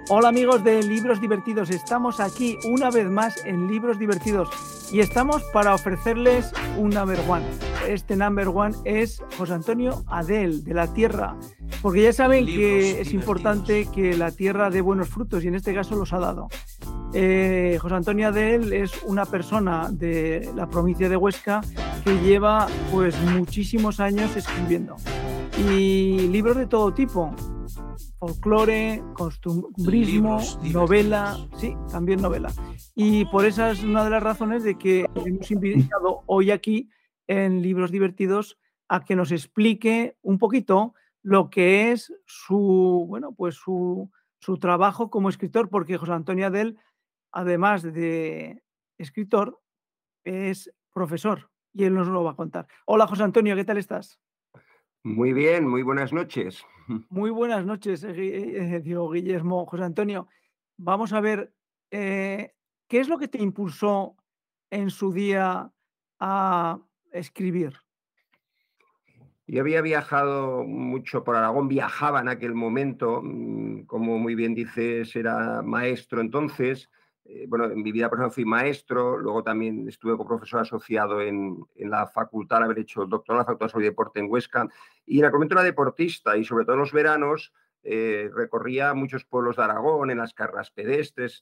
Hola amigos de Libros Divertidos, estamos aquí una vez más en Libros Divertidos y estamos para ofrecerles un number one. Este number one es José Antonio Adell, de la tierra, porque ya saben que es importante que la tierra dé buenos frutos y en este caso los ha dado. José Antonio Adell es una persona de la provincia de Huesca que lleva pues muchísimos años escribiendo y libros de todo tipo. Folclore, costumbrismo, novela, sí, también novela. Y por esa es una de las razones de que hemos invitado hoy aquí en Libros Divertidos a que nos explique un poquito lo que es su trabajo como escritor, porque José Antonio Adell, además de escritor, es profesor y él nos lo va a contar. Hola José Antonio, ¿qué tal estás? Muy bien, muy buenas noches. Muy buenas noches, digo, Guillermo. José Antonio, vamos a ver, eh, ¿qué es lo que te impulsó en su día a escribir? Yo había viajado mucho por Aragón, viajaba en aquel momento, como muy bien dices, era maestro entonces. Bueno, en mi vida personal fui maestro, luego también estuve como profesor asociado en la facultad, al haber hecho el doctorado en la Facultad de Salud y Deporte en Huesca. Y en aquel momento era deportista y sobre todo en los veranos recorría muchos pueblos de Aragón, en las carreras pedestres,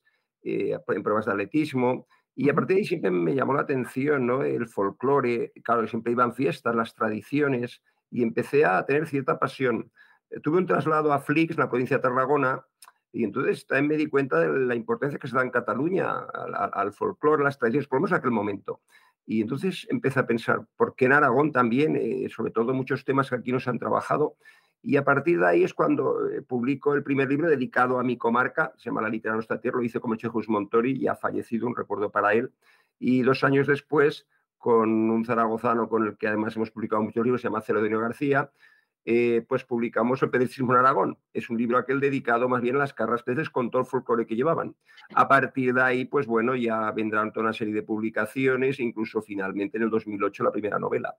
en pruebas de atletismo. Y a Ujú. partir de ahí siempre me llamó la atención, ¿no? El folclore, claro, siempre iban fiestas, las tradiciones, y empecé a tener cierta pasión. Tuve un traslado a Flix, en la provincia de Tarragona, y entonces también me di cuenta de la importancia que se da en Cataluña al folclore, a las tradiciones, por lo menos en aquel momento. Y entonces empecé a pensar, ¿por qué en Aragón también? Sobre todo muchos temas que aquí nos han trabajado. Y a partir de ahí es cuando publico el primer libro dedicado a mi comarca, se llama La literatura de nuestra tierra, lo hice con Chejus Montori, ya fallecido, un recuerdo para él. Y 2 años después, con un zaragozano con el que además hemos publicado muchos libros, se llama Celedonio García, pues publicamos El Pedristismo en Aragón. Es un libro aquel dedicado más bien a las carras peces con todo el folclore que llevaban. A partir de ahí, pues bueno, ya vendrán toda una serie de publicaciones, incluso finalmente en el 2008 la primera novela.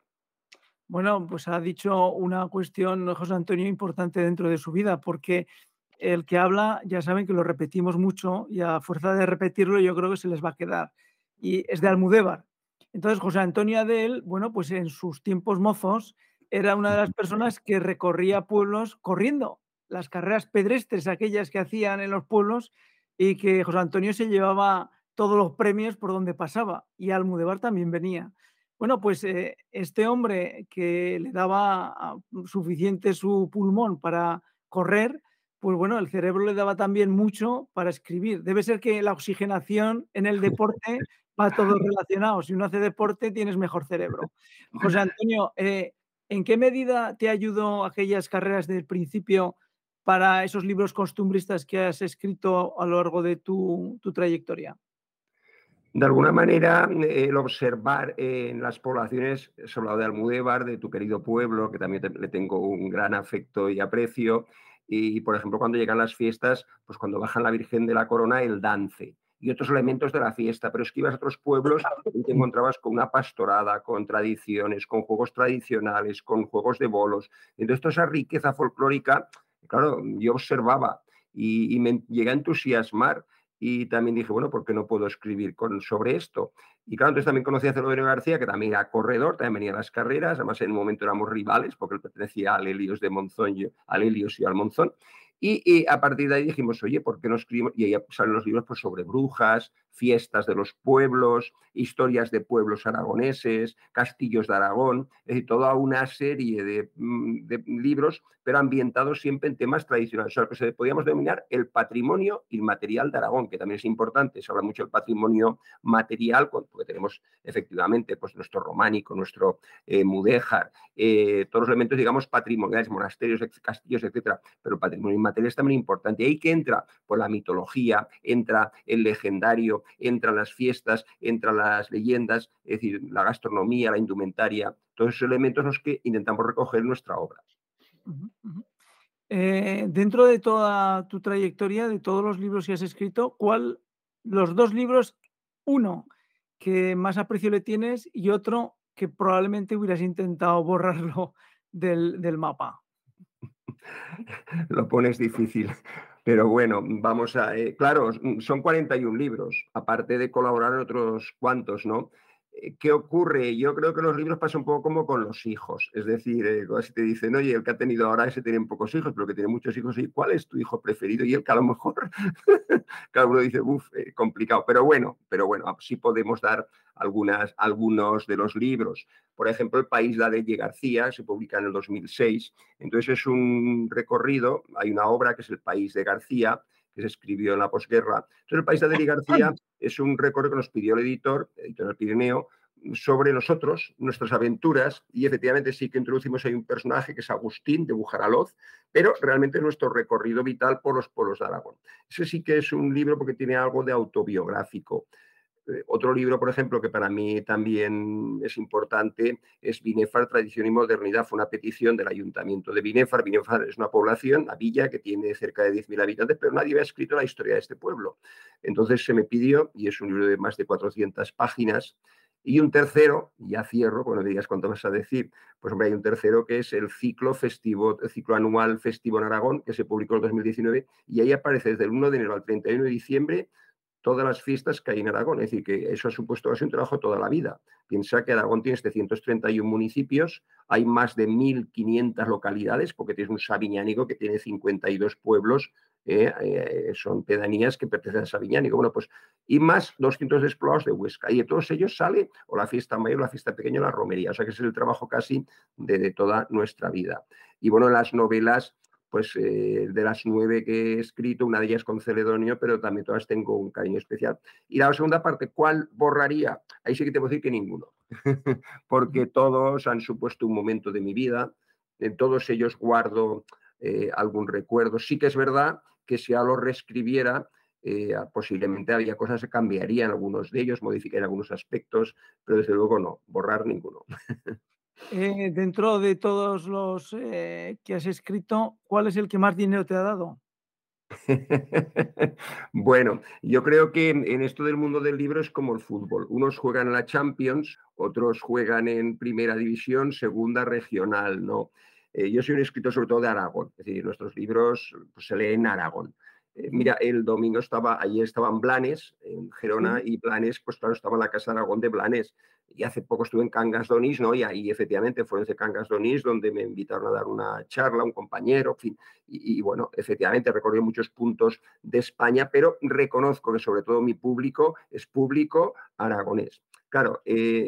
Bueno, pues ha dicho una cuestión, José Antonio, importante dentro de su vida, porque el que habla, ya saben que lo repetimos mucho y a fuerza de repetirlo yo creo que se les va a quedar. Y es de Almudévar. Entonces, José Antonio Adell, bueno, pues en sus tiempos mozos era una de las personas que recorría pueblos corriendo, las carreras pedestres, aquellas que hacían en los pueblos, y que José Antonio se llevaba todos los premios por donde pasaba, y Almudévar también venía. Bueno, pues este hombre que le daba suficiente su pulmón para correr, pues bueno, el cerebro le daba también mucho para escribir. Debe ser que la oxigenación en el deporte va todo relacionado. Si uno hace deporte, tienes mejor cerebro. José Antonio, ¿en qué medida te ayudó aquellas carreras del principio para esos libros costumbristas que has escrito a lo largo de tu trayectoria? De alguna manera, el observar en las poblaciones, has hablado de Almudévar, de tu querido pueblo, que también le tengo un gran afecto y aprecio, y por ejemplo, cuando llegan las fiestas, pues cuando bajan la Virgen de la Corona, el dance y otros elementos de la fiesta, pero es que ibas a otros pueblos y te encontrabas con una pastorada, con tradiciones, con juegos tradicionales, con juegos de bolos. Entonces, toda esa riqueza folclórica, claro, yo observaba y me llegué a entusiasmar y también dije, bueno, ¿por qué no puedo escribir sobre esto? Y claro, entonces también conocí a Celedonio García, que también era corredor, también venía a las carreras, además en un momento éramos rivales, porque él pertenecía al Helios de Monzón, al Helios y al Monzón. Y a partir de ahí dijimos, oye, ¿por qué no escribimos? Y ahí salen los libros pues, sobre brujas, fiestas de los pueblos, historias de pueblos aragoneses, castillos de Aragón, es decir, toda una serie de libros, pero ambientados siempre en temas tradicionales, o sea, lo que se podríamos denominar el patrimonio inmaterial de Aragón, que también es importante. Se habla mucho del patrimonio material, porque tenemos efectivamente pues, nuestro románico, nuestro mudéjar, todos los elementos, digamos, patrimoniales, monasterios, castillos, etcétera, pero el patrimonio inmaterial es también importante. Y ahí que entra pues, la mitología, entra el legendario, entran las fiestas, entran las leyendas, es decir, la gastronomía, la indumentaria, todos esos elementos los que intentamos recoger en nuestra obra. Ujú, ujú. Dentro de toda tu trayectoria, de todos los libros que has escrito, ¿cuál los 2 libros, uno que más aprecio le tienes y otro que probablemente hubieras intentado borrarlo del mapa? Lo pones difícil. Pero bueno, vamos a... claro, son 41 libros, aparte de colaborar en otros cuantos, ¿no? ¿Qué ocurre? Yo creo que los libros pasan un poco como con los hijos. Es decir, si te dicen, oye, el que ha tenido ahora ese tiene pocos hijos, pero que tiene muchos hijos, ¿y cuál es tu hijo preferido? Y el que a lo mejor, cada uno dice, uff, complicado. Pero bueno, sí podemos dar algunos de los libros. Por ejemplo, El país de Adelle García se publica en el 2006. Entonces es un recorrido, hay una obra que es El país de García, que se escribió en la posguerra. Entonces, El país de Adelle García es un recorrido que nos pidió el editor, Editorial Pirineo, sobre nosotros, nuestras aventuras, y efectivamente sí que introducimos ahí un personaje que es Agustín de Bujaraloz, pero realmente es nuestro recorrido vital por los pueblos de Aragón. Ese sí que es un libro porque tiene algo de autobiográfico. Otro libro, por ejemplo, que para mí también es importante es Binefar, Tradición y Modernidad. Fue una petición del Ayuntamiento de Binefar. Binefar es una población, una villa que tiene cerca de 10.000 habitantes, pero nadie había escrito la historia de este pueblo. Entonces se me pidió, y es un libro de más de 400 páginas, y un tercero, ya cierro, bueno, digas cuánto vas a decir, pues hombre, hay un tercero que es el ciclo festivo, el ciclo anual festivo en Aragón, que se publicó en 2019, y ahí aparece desde el 1 de enero al 31 de diciembre todas las fiestas que hay en Aragón. Es decir, que eso ha supuesto casi un trabajo toda la vida. Piensa que Aragón tiene 731 municipios, hay más de 1.500 localidades, porque tienes un Sabiñánigo que tiene 52 pueblos, son pedanías que pertenecen a Sabiñánigo. Bueno, pues, y más 200 despoblados de Huesca. Y de todos ellos sale o la fiesta mayor, la fiesta pequeña, la romería. O sea que es el trabajo casi de toda nuestra vida. Y bueno, las novelas pues de las 9 que he escrito, una de ellas con Celedonio, pero también todas tengo un cariño especial. Y la segunda parte, ¿cuál borraría? Ahí sí que te puedo decir que ninguno, porque todos han supuesto un momento de mi vida, en todos ellos guardo algún recuerdo. Sí que es verdad que si ahora lo reescribiera, posiblemente había cosas que cambiarían algunos de ellos, modificarían algunos aspectos, pero desde luego no, borrar ninguno. Dentro de todos los que has escrito, ¿cuál es el que más dinero te ha dado? Bueno, yo creo que en esto del mundo del libro es como el fútbol. Unos juegan a la Champions, otros juegan en primera división, segunda regional, ¿no? Yo soy un escritor sobre todo de Aragón, es decir, nuestros libros pues, se leen en Aragón. Mira, el domingo ayer estaba en Blanes, en Gerona, Sí. y Blanes, pues claro, estaba en la Casa de Aragón de Blanes. Y hace poco estuve en Cangas d'Onís, ¿no? Y ahí efectivamente fue en Cangas d'Onís donde me invitaron a dar una charla, un compañero, en fin. Y bueno, efectivamente recorrió muchos puntos de España, pero reconozco que sobre todo mi público es público aragonés. Claro,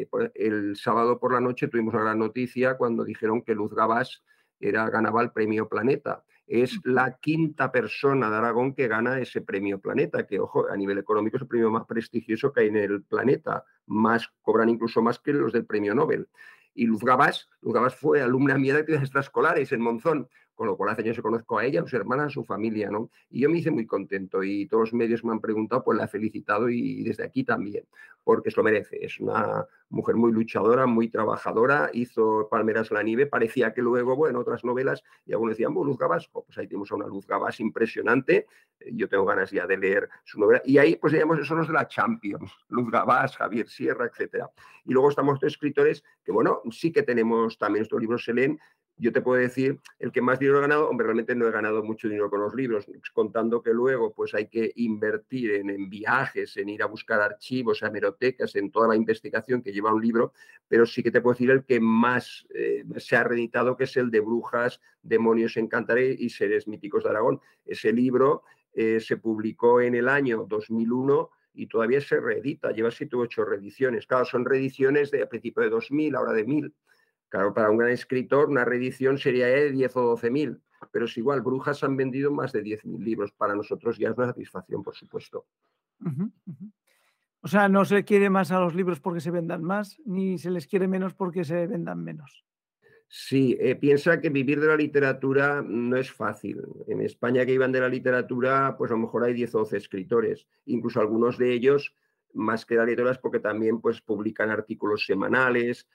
el sábado por la noche tuvimos una gran noticia cuando dijeron que Luz Gabás ganaba el premio Planeta. Es la quinta persona de Aragón que gana ese premio Planeta, que, ojo, a nivel económico es el premio más prestigioso que hay en el planeta. Cobran incluso más que los del premio Nobel. Y Luz Gabás fue alumna mía de actividades extraescolares en Monzón, con lo cual hace años que conozco a ella, a sus hermanas, a su familia, ¿no? Y yo me hice muy contento y todos los medios me han preguntado, pues la he felicitado y desde aquí también, porque se lo merece. Es una mujer muy luchadora, muy trabajadora, hizo Palmeras la nieve, parecía que luego, bueno, otras novelas, y algunos decían, Luz Gabás, pues ahí tenemos a una Luz Gabás impresionante, yo tengo ganas ya de leer su novela, y ahí pues digamos, son los de la Champions, Luz Gabás, Javier Sierra, etcétera. Y luego estamos estos escritores que, bueno, sí que tenemos también, estos libros se leen. Yo te puedo decir, el que más dinero he ganado, hombre, realmente no he ganado mucho dinero con los libros, contando que luego pues hay que invertir en viajes, en ir a buscar archivos, hemerotecas, en toda la investigación que lleva un libro, pero sí que te puedo decir el que más se ha reeditado, que es el de Brujas, Demonios en Cantaré y Seres Míticos de Aragón. Ese libro se publicó en el año 2001 y todavía se reedita, lleva 7 u 8 reediciones. Claro, son reediciones de a principio de 2000, ahora de 1000. Claro, para un gran escritor una reedición sería de 10 o 12.000, pero es igual, Brujas han vendido más de 10.000 libros. Para nosotros ya es una satisfacción, por supuesto. Ujú, ujú. O sea, no se quiere más a los libros porque se vendan más, ni se les quiere menos porque se vendan menos. Sí, piensa que vivir de la literatura no es fácil. En España que iban de la literatura, pues a lo mejor hay 10 o 12 escritores, incluso algunos de ellos más que editoras porque también pues publican artículos semanales,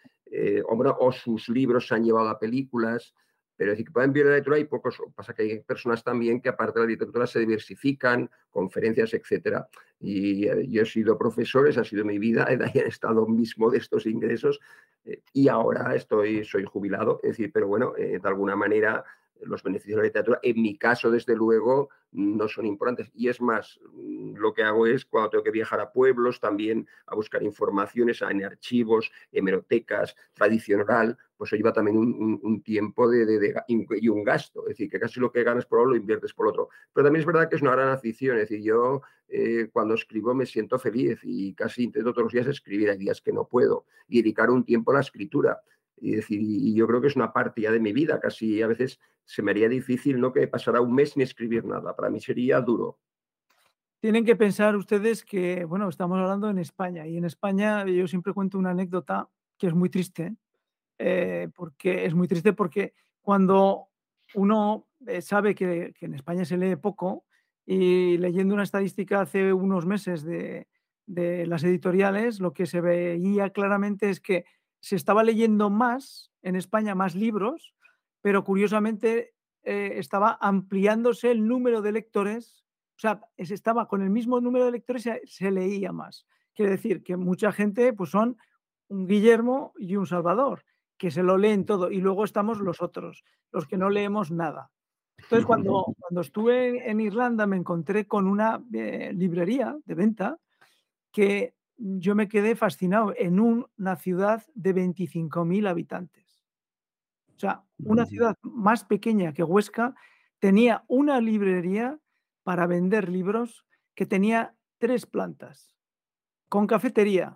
o sus libros se han llevado a películas, pero es decir, que pueden vivir de la literatura hay pocos, pasa que hay personas también que aparte de la literatura se diversifican, conferencias, etcétera. Y yo he sido profesor, esa ha sido mi vida, he estado mismo de estos ingresos y ahora soy jubilado, es decir, pero bueno, de alguna manera los beneficios de la literatura, en mi caso, desde luego, no son importantes. Y es más, lo que hago es, cuando tengo que viajar a pueblos, también a buscar informaciones en archivos, hemerotecas, tradición oral, pues eso lleva también un tiempo y un gasto. Es decir, que casi lo que ganas por uno lo inviertes por otro. Pero también es verdad que es una gran afición. Es decir, yo cuando escribo me siento feliz y casi intento todos los días escribir. Hay días que no puedo. Y dedicar un tiempo a la escritura. Y, decir, y yo creo que es una parte ya de mi vida. Casi a veces se me haría difícil, ¿no?, que pasara un mes sin escribir nada. Para mí sería duro. Tienen que pensar ustedes que, bueno, estamos hablando en España, y en España yo siempre cuento una anécdota que es muy triste, porque es muy triste porque cuando uno sabe que en España se lee poco, y leyendo una estadística hace unos meses de las editoriales, lo que se veía claramente es que se estaba leyendo más en España, más libros, pero curiosamente estaba ampliándose el número de lectores, o sea, se estaba con el mismo número de lectores, se leía más. Quiere decir que mucha gente pues son un Guillermo y un Salvador, que se lo leen todo, y luego estamos los otros, los que no leemos nada. Entonces, cuando estuve en Irlanda me encontré con una librería de venta que yo me quedé fascinado en una ciudad de 25.000 habitantes. O sea, una ciudad más pequeña que Huesca tenía una librería para vender libros que tenía 3 plantas, con cafetería.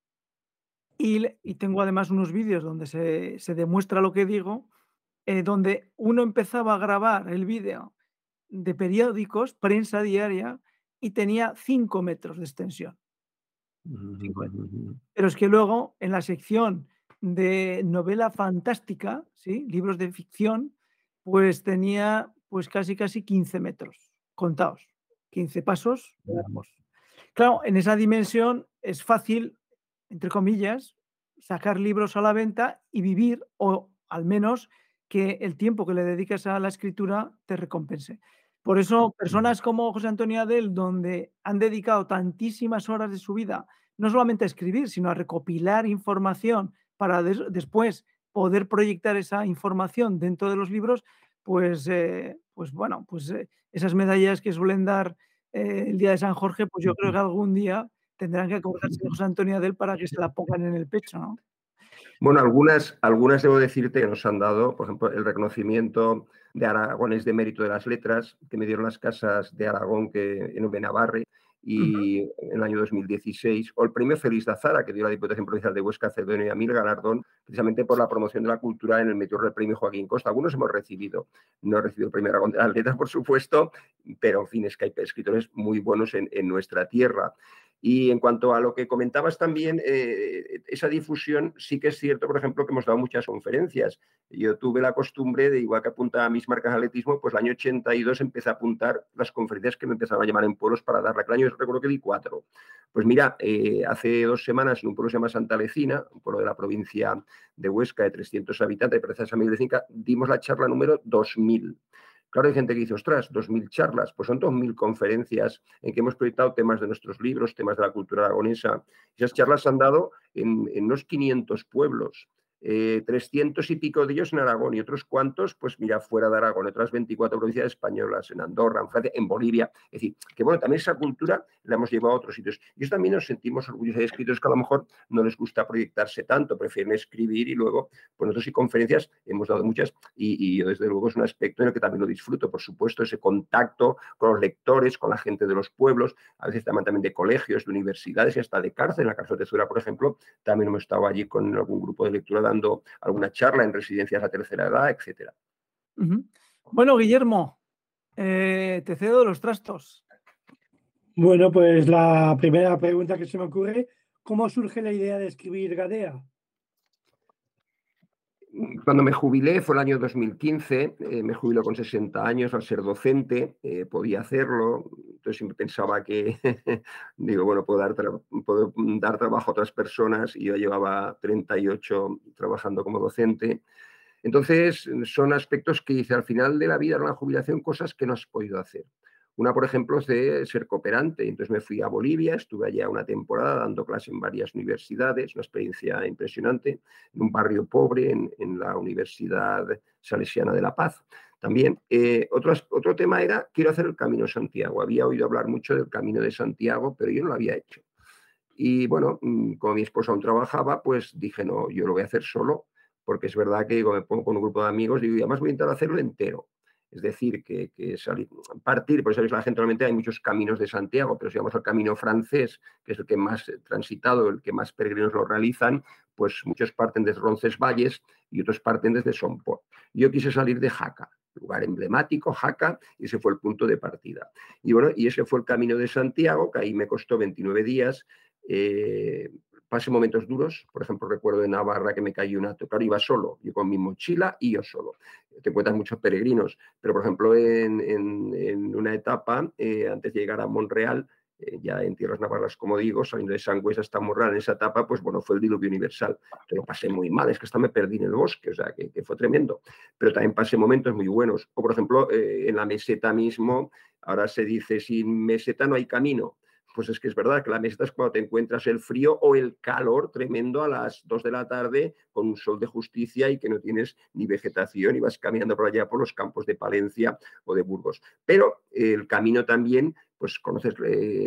Y tengo además unos vídeos donde se demuestra lo que digo, donde uno empezaba a grabar el vídeo de periódicos, prensa diaria, y tenía 5 metros de extensión. 5 metros. Pero es que luego, en la sección de novela fantástica, ¿sí?, libros de ficción, pues tenía, pues casi 15 metros contados, 15 pasos largos. Claro, en esa dimensión es fácil, entre comillas, sacar libros a la venta y vivir, o al menos que el tiempo que le dedicas a la escritura te recompense. Por eso, personas como José Antonio Adell, donde han dedicado tantísimas horas de su vida, no solamente a escribir, sino a recopilar información para después poder proyectar esa información dentro de los libros, pues bueno, pues esas medallas que suelen dar el día de San Jorge, pues yo creo que algún día tendrán que acordarse de José Antonio Adell para que se la pongan en el pecho, ¿no? Bueno, algunas debo decirte que nos han dado, por ejemplo, el reconocimiento de Aragones de Mérito de las Letras, que me dieron las casas de Aragón en Benabarre, Ujú. y en el año 2016, o el premio Félix de Azara, que dio la Diputación Provincial de Huesca, Cedeño y a mí, el galardón precisamente por la promoción de la cultura en el meteoro del premio Joaquín Costa. Algunos hemos recibido, no he recibido el premio Aragón de las Letras, por supuesto, pero en fin, es que hay escritores muy buenos en nuestra tierra. Y en cuanto a lo que comentabas también, esa difusión, sí que es cierto, por ejemplo, que hemos dado muchas conferencias. Yo tuve la costumbre de, igual que apuntaba a mis marcas de atletismo, pues el año 82 empecé a apuntar las conferencias que me empezaban a llamar en pueblos para dar. Aquel año recuerdo que di 4. Pues mira, hace 2 semanas en un pueblo que se llama Santa Lecina, un pueblo de la provincia de Huesca de 300 habitantes, de Pereza San Miguel, dimos la charla número 2000. Claro, hay gente que dice, ostras, 2000 charlas, pues son 2000 conferencias en que hemos proyectado temas de nuestros libros, temas de la cultura aragonesa. Esas charlas se han dado en unos 500 pueblos, 300 y pico de ellos en Aragón y otros cuantos, pues mira, fuera de Aragón, otras 24 provincias españolas, en Andorra, en Francia, en Bolivia. Es decir, que bueno, también esa cultura la hemos llevado a otros sitios. Y eso también nos sentimos orgullosos. Hay escritores que a lo mejor no les gusta proyectarse tanto, prefieren escribir y luego, pues nosotros y conferencias hemos dado muchas y yo desde luego es un aspecto en el que también lo disfruto, por supuesto, ese contacto con los lectores, con la gente de los pueblos, a veces también de colegios, de universidades y hasta de cárcel. En la cárcel de Zuera, por ejemplo, también hemos estado allí con algún grupo de lectura dando alguna charla en residencias de la tercera edad, etcétera. Ujú. Bueno, Guillermo, te cedo los trastos. Bueno, pues la primera pregunta que se me ocurre, ¿cómo surge la idea de escribir Gadea? Cuando me jubilé, fue el año 2015, me jubiló con 60 años al ser docente, podía hacerlo, entonces siempre pensaba que, digo, bueno, puedo dar trabajo a otras personas y yo llevaba 38 trabajando como docente. Entonces, son aspectos que dice, al final de la vida, en la jubilación, cosas que no has podido hacer. Una, por ejemplo, es de ser cooperante. Entonces me fui a Bolivia, estuve allá una temporada dando clase en varias universidades, una experiencia impresionante, en un barrio pobre, en la Universidad Salesiana de La Paz. también. Otro tema era, quiero hacer el Camino de Santiago. Había oído hablar mucho del Camino de Santiago, pero yo no lo había hecho. Y bueno, como mi esposa aún trabajaba, pues dije, no, yo lo voy a hacer solo, porque es verdad que digo, me pongo con un grupo de amigos, digo, y además voy a intentar hacerlo entero. Es decir, que salir, partir, pues sabéis, la gente realmente hay muchos caminos de Santiago, pero si vamos al camino francés, que es el que más transitado, el que más peregrinos lo realizan, pues muchos parten desde Roncesvalles y otros parten desde Somport. Yo quise salir de Jaca, lugar emblemático, Jaca, y ese fue el punto de partida. Y bueno, y ese fue el Camino de Santiago, que ahí me costó 29 días. Pasé momentos duros, por ejemplo, recuerdo de Navarra que me cayó una, claro, iba solo, yo con mi mochila y yo solo. Te encuentras muchos peregrinos, pero por ejemplo en una etapa, antes de llegar a Monreal, ya en tierras navarras, como digo, saliendo de Sangüesa hasta Monreal, en esa etapa, pues bueno, fue el diluvio universal. Te lo pasé muy mal, es que hasta me perdí en el bosque, o sea, que fue tremendo. Pero también pasé momentos muy buenos. O por ejemplo, en la meseta mismo, ahora se dice, sin meseta no hay camino. Pues es que es verdad que la meseta es cuando te encuentras el frío o el calor tremendo a las 2 de la tarde con un sol de justicia y que no tienes ni vegetación y vas caminando por allá por los campos de Palencia o de Burgos. Pero el camino también, pues conoces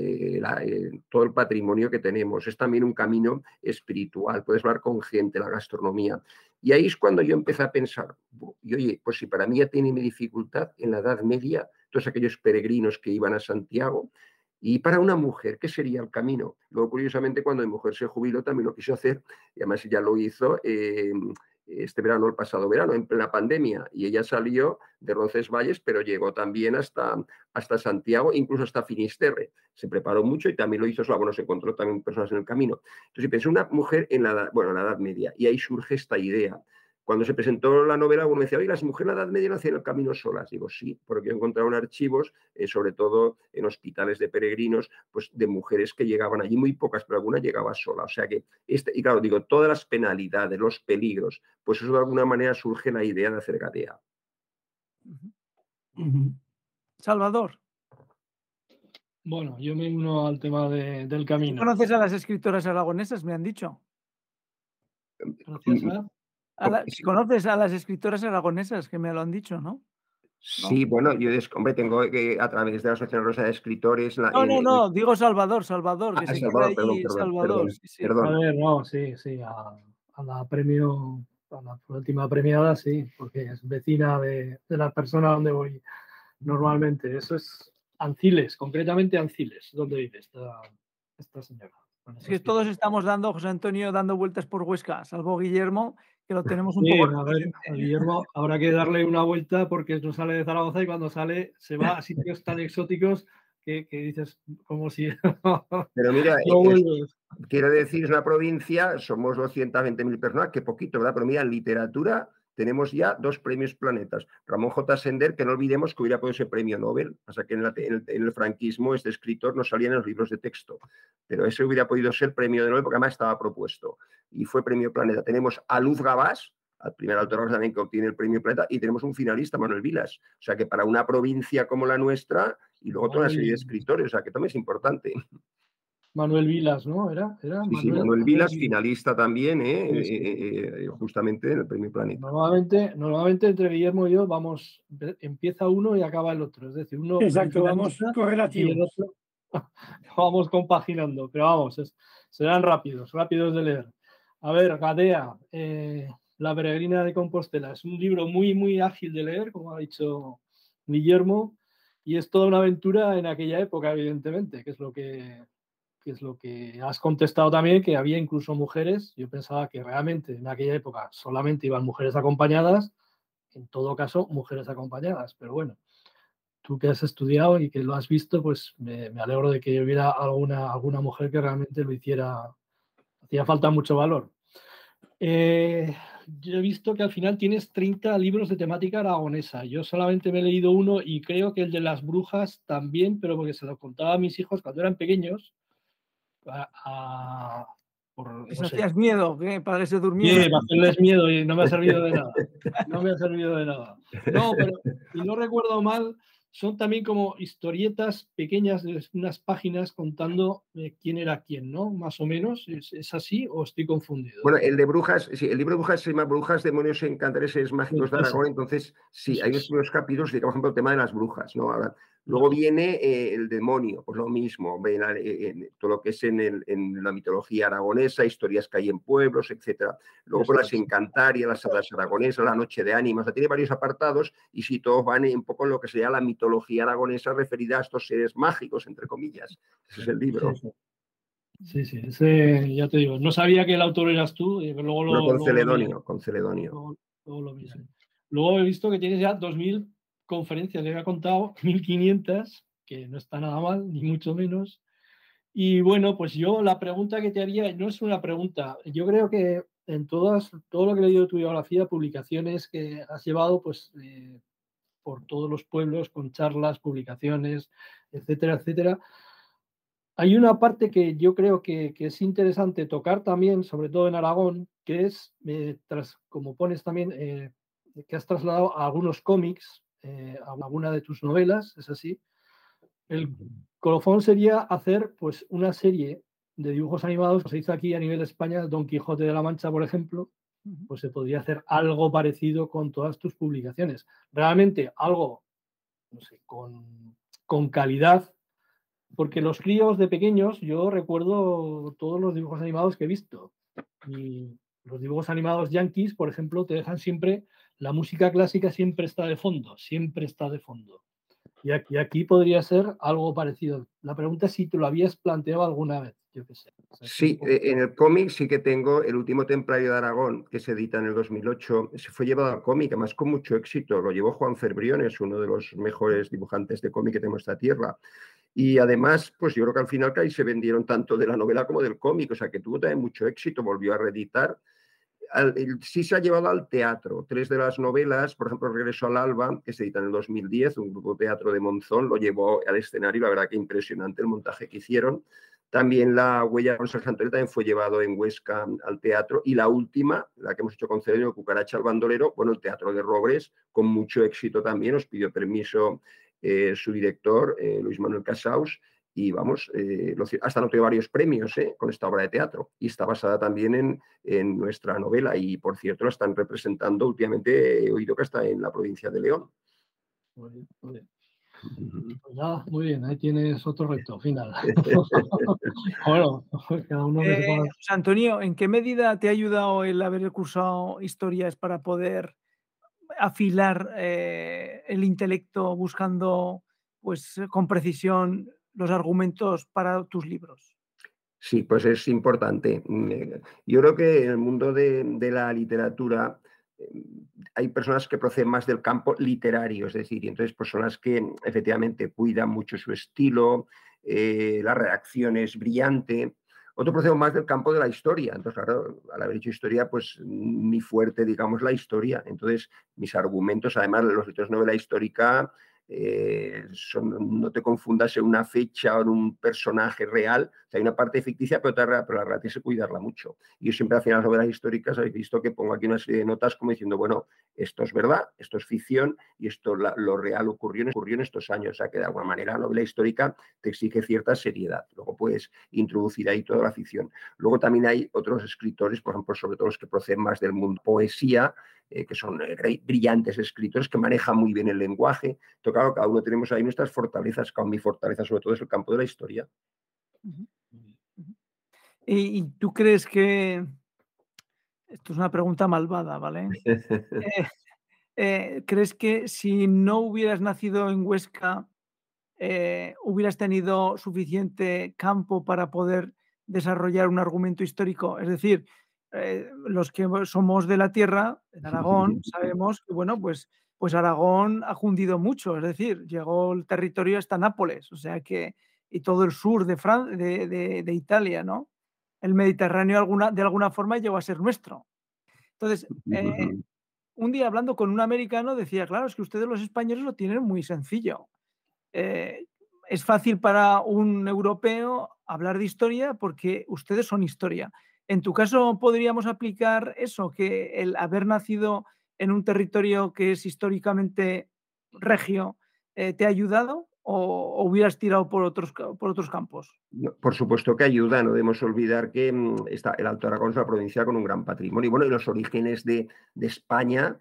todo el patrimonio que tenemos. Es también un camino espiritual, puedes hablar con gente, la gastronomía. Y ahí es cuando yo empecé a pensar, y oye, pues si para mí ya tiene mi dificultad en la Edad Media, todos aquellos peregrinos que iban a Santiago, y para una mujer, ¿qué sería el camino? Luego, curiosamente, cuando mi mujer se jubiló, también lo quiso hacer, y además ya lo hizo este verano, el pasado verano, en plena pandemia, y ella salió de Roncesvalles, pero llegó también hasta Santiago, incluso hasta Finisterre. Se preparó mucho y también lo hizo sola, bueno, se encontró también personas en el camino. Entonces, pensé una mujer en la Edad Media, y ahí surge esta idea. Cuando se presentó la novela, uno decía, oye, las mujeres en la Edad Media no hacían el camino solas. Digo, sí, porque encontraron archivos, sobre todo en hospitales de peregrinos, pues de mujeres que llegaban allí, muy pocas, pero alguna llegaba sola. O sea que, y claro, digo, todas las penalidades, los peligros, pues eso de alguna manera surge la idea de hacer Gadea. Salvador. Bueno, yo me uno al tema del camino. ¿Conoces a las escritoras aragonesas? Me han dicho. Si conoces a las escritoras aragonesas, que me lo han dicho, ¿no? Sí, ¿no? Bueno, yo hombre, tengo a través de la Asociación Rosa de Escritores... No, digo Salvador, que se queda allí Salvador. Perdón. A ver, no, sí, a la última premiada, sí, porque es vecina de la persona donde voy normalmente. Eso es Anciles, concretamente Anciles, donde vive esta señora. Es que todos estamos dando, José Antonio, dando vueltas por Huesca, salvo Guillermo, que lo tenemos un poco... A ver, a Guillermo habrá que darle una vuelta porque no sale de Zaragoza y cuando sale se va a sitios tan exóticos que dices como si... Pero mira, quiero decir, es una provincia, somos 220.000 personas, que poquito, ¿verdad? Pero mira, en literatura tenemos ya 2 premios Planetas. Ramón J. Sender, que no olvidemos que hubiera podido ser premio Nobel, o sea que en el franquismo este escritor no salía en los libros de texto, pero ese hubiera podido ser premio de Nobel porque además estaba propuesto y fue premio Planeta. Tenemos a Luz Gabás, al primer autor también que obtiene el premio Planeta, y tenemos un finalista, Manuel Vilas. O sea que para una provincia como la nuestra, y luego toda una serie de escritores, o sea que también es importante. Manuel Vilas, ¿no? Sí, Manuel Vilas, finalista también, justamente en el premio Planeta. Normalmente entre Guillermo y yo empieza uno y acaba el otro. Es decir, uno... Exacto, vamos correlativos. Vamos compaginando, pero vamos, serán rápidos de leer. A ver, Gadea, La peregrina de Compostela. Es un libro muy, muy ágil de leer, como ha dicho Guillermo, y es toda una aventura en aquella época, evidentemente, que es lo que has contestado también, que había incluso mujeres. Yo pensaba que realmente en aquella época solamente iban mujeres acompañadas, en todo caso mujeres acompañadas, pero bueno, tú que has estudiado y que lo has visto, pues me alegro de que hubiera alguna mujer que realmente lo hiciera. Hacía falta mucho valor. Yo he visto que al final tienes 30 libros de temática aragonesa. Yo solamente me he leído uno y creo que el de las brujas también, pero porque se lo contaba a mis hijos cuando eran pequeños. ¿Les hacías miedo? ¿Qué? ¿Para que se durmieran? Sí, para hacerles miedo y no me ha servido de nada. No me ha servido de nada. No, pero si no recuerdo mal, son también como historietas pequeñas de unas páginas contando quién era quién, ¿no? Más o menos. ¿Es así o estoy confundido? Bueno, el de Brujas, sí, el libro de Brujas se llama Brujas, demonios, encantares mágicos de Eso, Aragón. Entonces, sí, eso hay unos es. primeros capítulos de, por ejemplo, el tema de las brujas, ¿no? Ahora, luego Vale. viene el demonio, pues lo mismo, todo lo que es en la mitología aragonesa, historias que hay en pueblos, etcétera. Luego, por Eso las es. Encantarias, las hadas aragonesas, la Noche de Ánimas, o sea, tiene varios apartados y sí, todos van un poco en lo que sería la mitología aragonesa referida a estos seres mágicos, entre comillas. Ese es el libro. Sí, sí. Sí, sí, ese, ya te digo, no sabía que el autor eras tú, pero luego Bueno, con luego lo miraré. Celedonio, con Celedonio. Luego lo miraré. Luego he visto que tienes ya 2000 conferencias, le había contado 1500, que no está nada mal, ni mucho menos. Y bueno, pues yo la pregunta que te haría no es una pregunta. Yo creo que en todo lo que he leído de tu biografía, publicaciones que has llevado, pues por todos los pueblos, con charlas, publicaciones, etcétera, etcétera. Hay una parte que yo creo que es interesante tocar también, sobre todo en Aragón, que es, como pones también, que has trasladado a algunos cómics, a alguna de tus novelas, ¿es así? El colofón sería hacer pues una serie de dibujos animados, que se hizo aquí a nivel de España, Don Quijote de la Mancha, por ejemplo, pues se podría hacer algo parecido con todas tus publicaciones. Realmente algo, no sé, con calidad, porque los críos de pequeños, yo recuerdo todos los dibujos animados que he visto. Y los dibujos animados yankees, por ejemplo, te dejan siempre, la música clásica siempre está de fondo, siempre está de fondo. Y aquí podría ser algo parecido. La pregunta es si te lo habías planteado alguna vez, yo qué sé. O sea, Sí, en el cómic sí que tengo El último templario de Aragón, que se edita en el 2008. Se fue llevado al cómic, además con mucho éxito. Lo llevó Juan Ferbriones, uno de los mejores dibujantes de cómic que tenemos en esta tierra. Y además, pues yo creo que al final que ahí se vendieron tanto de la novela como del cómic, o sea que tuvo también mucho éxito, volvió a reeditar. Sí se ha llevado al teatro. 3 de las novelas, por ejemplo, Regreso al Alba, que se edita en el 2010, un grupo de teatro de Monzón, lo llevó al escenario, la verdad que impresionante el montaje que hicieron. También La Huella con Sergio Antonio también fue llevado en Huesca al teatro. Y la última, la que hemos hecho con Celedonio, Cucaracha al Bandolero, bueno, el Teatro de Robres, con mucho éxito también, nos pidió permiso su director, Luis Manuel Casaus, y vamos, hasta no tuvo varios premios con esta obra de teatro. Y está basada también en nuestra novela. Y por cierto, la están representando últimamente, he oído que está en la provincia de León. Muy bien, muy bien. Pues nada, muy bien, ahí tienes otro reto final. Bueno, cada uno que se ponga... José Antonio, ¿en qué medida te ha ayudado el haber cursado historias para poder afilar el intelecto buscando pues, con precisión los argumentos para tus libros? Sí, pues es importante. Yo creo que en el mundo de la literatura hay personas que proceden más del campo literario, es decir, y entonces pues son las que efectivamente cuidan mucho su estilo, la redacción es brillante. Otro procede más del campo de la historia. Entonces, claro, al haber hecho historia, pues mi fuerte, digamos, la historia. Entonces, mis argumentos, además, los libros de novela histórica, no te confundas en una fecha o en un personaje real. O sea, hay una parte ficticia, pero la realidad tienes que cuidarla mucho. Y yo siempre, al final, las novelas históricas, habéis visto que pongo aquí una serie de notas como diciendo, bueno, esto es verdad, esto es ficción y esto lo real ocurrió en estos años. O sea, que de alguna manera la novela histórica te exige cierta seriedad. Luego puedes introducir ahí toda la ficción. Luego también hay otros escritores, por ejemplo, sobre todo los que proceden más del mundo poesía, que son brillantes escritores que manejan muy bien el lenguaje. Entonces, claro, cada uno tenemos ahí nuestras fortalezas. Mi fortaleza sobre todo es el campo de la historia. ¿Y tú crees que, esto es una pregunta malvada, ¿vale? ¿Crees que si no hubieras nacido en Huesca, hubieras tenido suficiente campo para poder desarrollar un argumento histórico? Es decir, los que somos de la tierra, en Aragón, sabemos que, bueno, pues Aragón ha cundido mucho, es decir, llegó el territorio hasta Nápoles, o sea que, y todo el sur de Italia, ¿no? El Mediterráneo de alguna forma llegó a ser nuestro. Entonces, un día hablando con un americano decía, claro, es que ustedes los españoles lo tienen muy sencillo. Es fácil para un europeo hablar de historia porque ustedes son historia. En tu caso, ¿podríamos aplicar eso, que el haber nacido en un territorio que es históricamente regio ¿te ha ayudado o hubieras tirado por otros campos? No, por supuesto que ayuda, no debemos olvidar que el Alto Aragón es una provincia con un gran patrimonio. Y bueno, y los orígenes de España,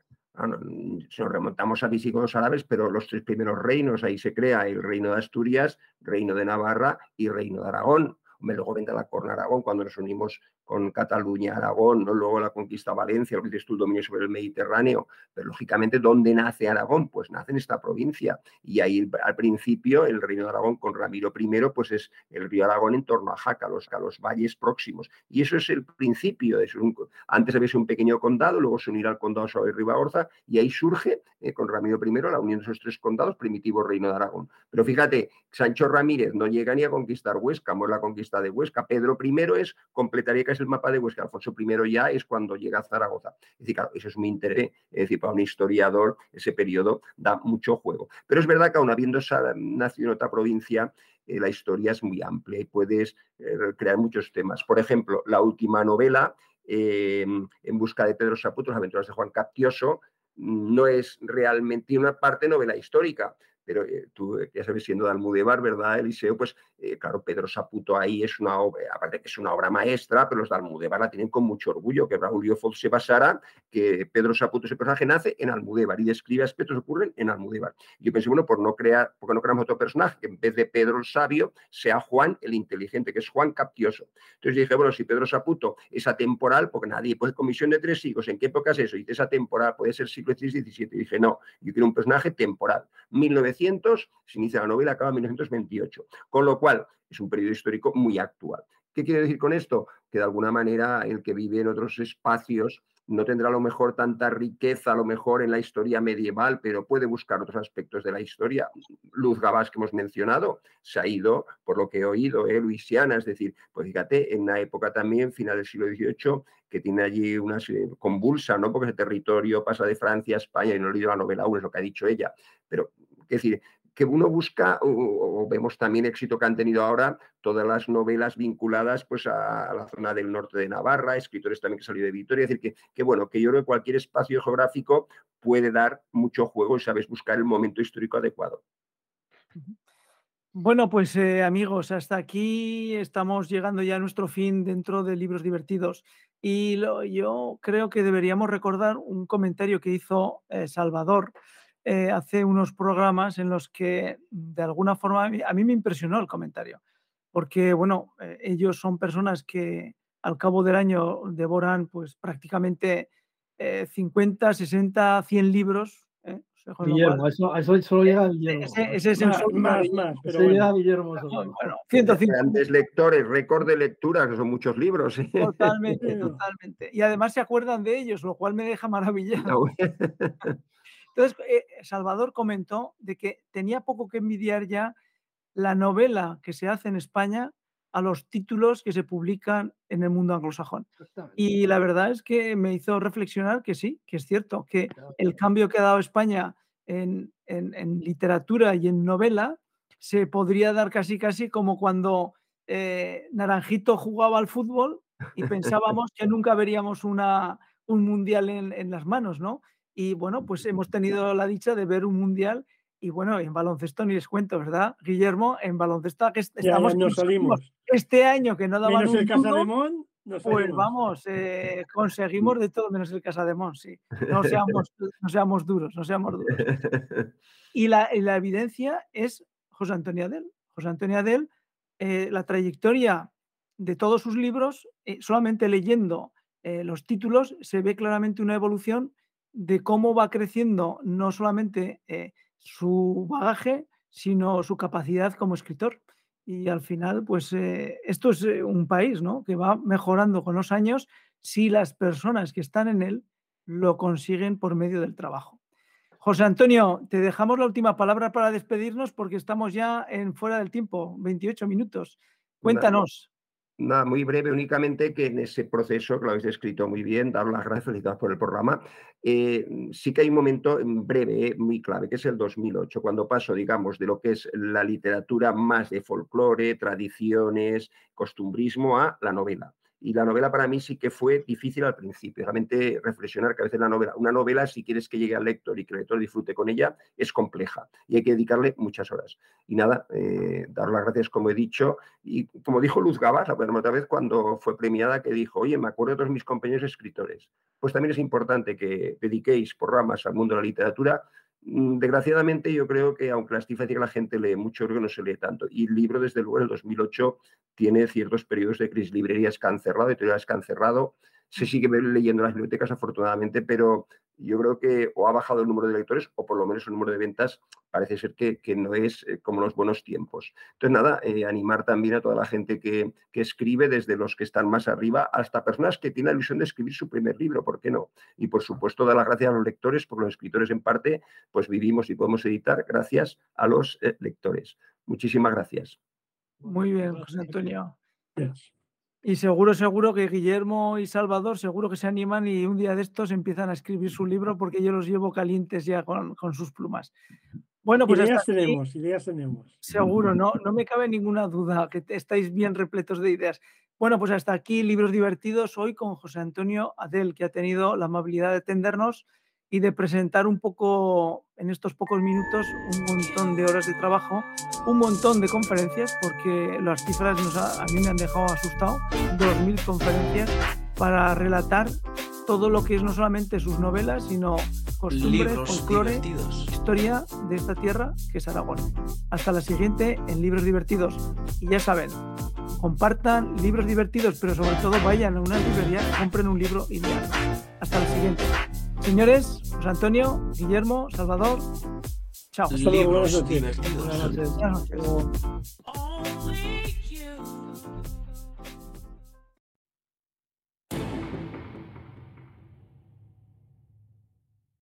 si nos remontamos a visigodos árabes, pero los 3 primeros reinos, ahí se crea el Reino de Asturias, Reino de Navarra y Reino de Aragón. Luego vendrá la Corona Aragón cuando nos unimos con Cataluña, Aragón, ¿no? Luego la conquista de Valencia, lo que dices tú, el dominio sobre el Mediterráneo. Pero lógicamente, ¿dónde nace Aragón? Pues nace en esta provincia. Y ahí al principio el Reino de Aragón con Ramiro I, pues es el río Aragón en torno a Jaca, a los valles próximos. Y eso es el principio. Antes había sido un pequeño condado, luego se unirá al condado de Ribagorza y ahí surge con Ramiro I la unión de esos 3 condados, primitivo Reino de Aragón. Pero fíjate, Sancho Ramírez no llega ni a conquistar Huesca, no es la conquista de Huesca. Pedro I completaría casi el mapa de Huesca. Alfonso I ya es cuando llega a Zaragoza. Es decir, claro, eso es mi interés. Es decir, para un historiador ese periodo da mucho juego. Pero es verdad que aun habiendo nacido en otra provincia, la historia es muy amplia y puedes crear muchos temas. Por ejemplo, la última novela, En busca de Pedro Saputo, Las aventuras de Juan Captioso, no es realmente, tiene una parte novela histórica, pero tú ya sabes, siendo de Almudévar, ¿verdad, Eliseo? Pues claro, Pedro Saputo ahí es una obra, aparte que es una obra maestra, pero los de Almudévar la tienen con mucho orgullo, que Raúl Leofold se basara, que Pedro Saputo, ese personaje, nace en Almudévar y describe aspectos que ocurren en Almudévar. Yo pensé, bueno, ¿por qué no creamos otro personaje que en vez de Pedro el sabio sea Juan el inteligente, que es Juan Captioso? Entonces dije, bueno, si Pedro Saputo es atemporal, porque nadie, pues comisión de 3 siglos, ¿en qué época es eso? Y es atemporal, puede ser siglo XVI, XVII. Y dije, no, yo quiero un personaje temporal. 1900 se inicia la novela, acaba en 1928. Con lo cual, es un periodo histórico muy actual. ¿Qué quiere decir con esto? Que de alguna manera el que vive en otros espacios no tendrá a lo mejor tanta riqueza, a lo mejor en la historia medieval, pero puede buscar otros aspectos de la historia. Luz Gabás, que hemos mencionado, se ha ido, por lo que he oído, Luisiana, es decir, pues fíjate, en una época también, final del siglo XVIII, que tiene allí una convulsa, ¿no? Porque ese territorio pasa de Francia a España, y no he leído la novela aún, es lo que ha dicho ella, pero es decir, que uno busca, o vemos también éxito que han tenido ahora todas las novelas vinculadas pues a la zona del norte de Navarra, escritores también que han salido de Vitoria, es decir, que bueno, que yo creo que cualquier espacio geográfico puede dar mucho juego y sabes buscar el momento histórico adecuado. Bueno, pues amigos, hasta aquí estamos llegando ya a nuestro fin dentro de Libros Divertidos. Y yo creo que deberíamos recordar un comentario que hizo Salvador hace unos programas en los que de alguna forma a mí me impresionó el comentario, porque bueno, ellos son personas que al cabo del año devoran pues prácticamente 50, 60, 100 libros. Guillermo, a eso solo llega Guillermo. Ese es el más, pero llega Guillermo. Bueno, 150. Grandes lectores, récord de lectura, que son muchos libros. Totalmente, totalmente. Y además se acuerdan de ellos, lo cual me deja maravillado. Entonces, Salvador comentó de que tenía poco que envidiar ya la novela que se hace en España a los títulos que se publican en el mundo anglosajón. Y la verdad es que me hizo reflexionar que sí, que es cierto, que el cambio que ha dado España en literatura y en novela se podría dar casi como cuando Naranjito jugaba al fútbol y pensábamos que nunca veríamos un mundial en las manos, ¿no? Y bueno, pues hemos tenido la dicha de ver un mundial. Y bueno, en baloncesto ni les cuento, ¿verdad, Guillermo? En baloncesto que estamos ya nos salimos. este año que no daban menos un el Casademont, pues vamos, conseguimos de todo menos el Casademont, sí. No seamos duros. Y la evidencia es José Antonio Adell. José Antonio Adell, la trayectoria de todos sus libros, solamente leyendo los títulos, se ve claramente una evolución de cómo va creciendo no solamente su bagaje, sino su capacidad como escritor. Y al final, pues esto es un país, ¿no?, que va mejorando con los años si las personas que están en él lo consiguen por medio del trabajo. José Antonio, te dejamos la última palabra para despedirnos porque estamos ya fuera del tiempo, 28 minutos. Cuéntanos. Nada, muy breve, únicamente que en ese proceso, que lo habéis escrito muy bien, daros las gracias, felicitados por el programa. Sí que hay un momento breve, muy clave, que es el 2008, cuando paso, digamos, de lo que es la literatura más de folclore, tradiciones, costumbrismo, a la novela. Y la novela para mí sí que fue difícil al principio, realmente reflexionar que a veces una novela, si quieres que llegue al lector y que el lector disfrute con ella, es compleja y hay que dedicarle muchas horas. Y nada, dar las gracias, como he dicho, y como dijo Luz Gabas, otra vez cuando fue premiada, que dijo, oye, me acuerdo de todos mis compañeros escritores. Pues también es importante que dediquéis por ramas al mundo de la literatura. Desgraciadamente, yo creo que, aunque la estadística dice que la gente lee mucho, creo que no se lee tanto. Y el libro, desde luego, en el 2008 tiene ciertos periodos de crisis. Librerías que han cerrado, editoriales que han cerrado. Se sigue leyendo en las bibliotecas, afortunadamente, pero yo creo que o ha bajado el número de lectores o por lo menos el número de ventas parece ser que no es como los buenos tiempos. Entonces, nada, animar también a toda la gente que escribe, desde los que están más arriba hasta personas que tienen la ilusión de escribir su primer libro, ¿por qué no? Y, por supuesto, dar las gracias a los lectores, porque los escritores, en parte, pues vivimos y podemos editar gracias a los lectores. Muchísimas gracias. Muy bien, José Antonio. Yes. Y seguro que Guillermo y Salvador seguro que se animan y un día de estos empiezan a escribir su libro, porque yo los llevo calientes ya con sus plumas. Bueno, pues ideas tenemos. Seguro, no me cabe ninguna duda que estáis bien repletos de ideas. Bueno, pues hasta aquí Libros Divertidos, hoy con José Antonio Adell, que ha tenido la amabilidad de atendernos y de presentar un poco, en estos pocos minutos, un montón de horas de trabajo, un montón de conferencias, porque las cifras a mí me han dejado asustado, 2000 conferencias para relatar todo lo que es no solamente sus novelas, sino costumbres, folclore, historia de esta tierra que es Aragón. Hasta la siguiente en Libros Divertidos. Y ya saben, compartan Libros Divertidos, pero sobre todo vayan a una librería, compren un libro y lean. Hasta la siguiente. Señores, José Antonio, Guillermo, Salvador, chao. Libros Divertidos. Buenas noches.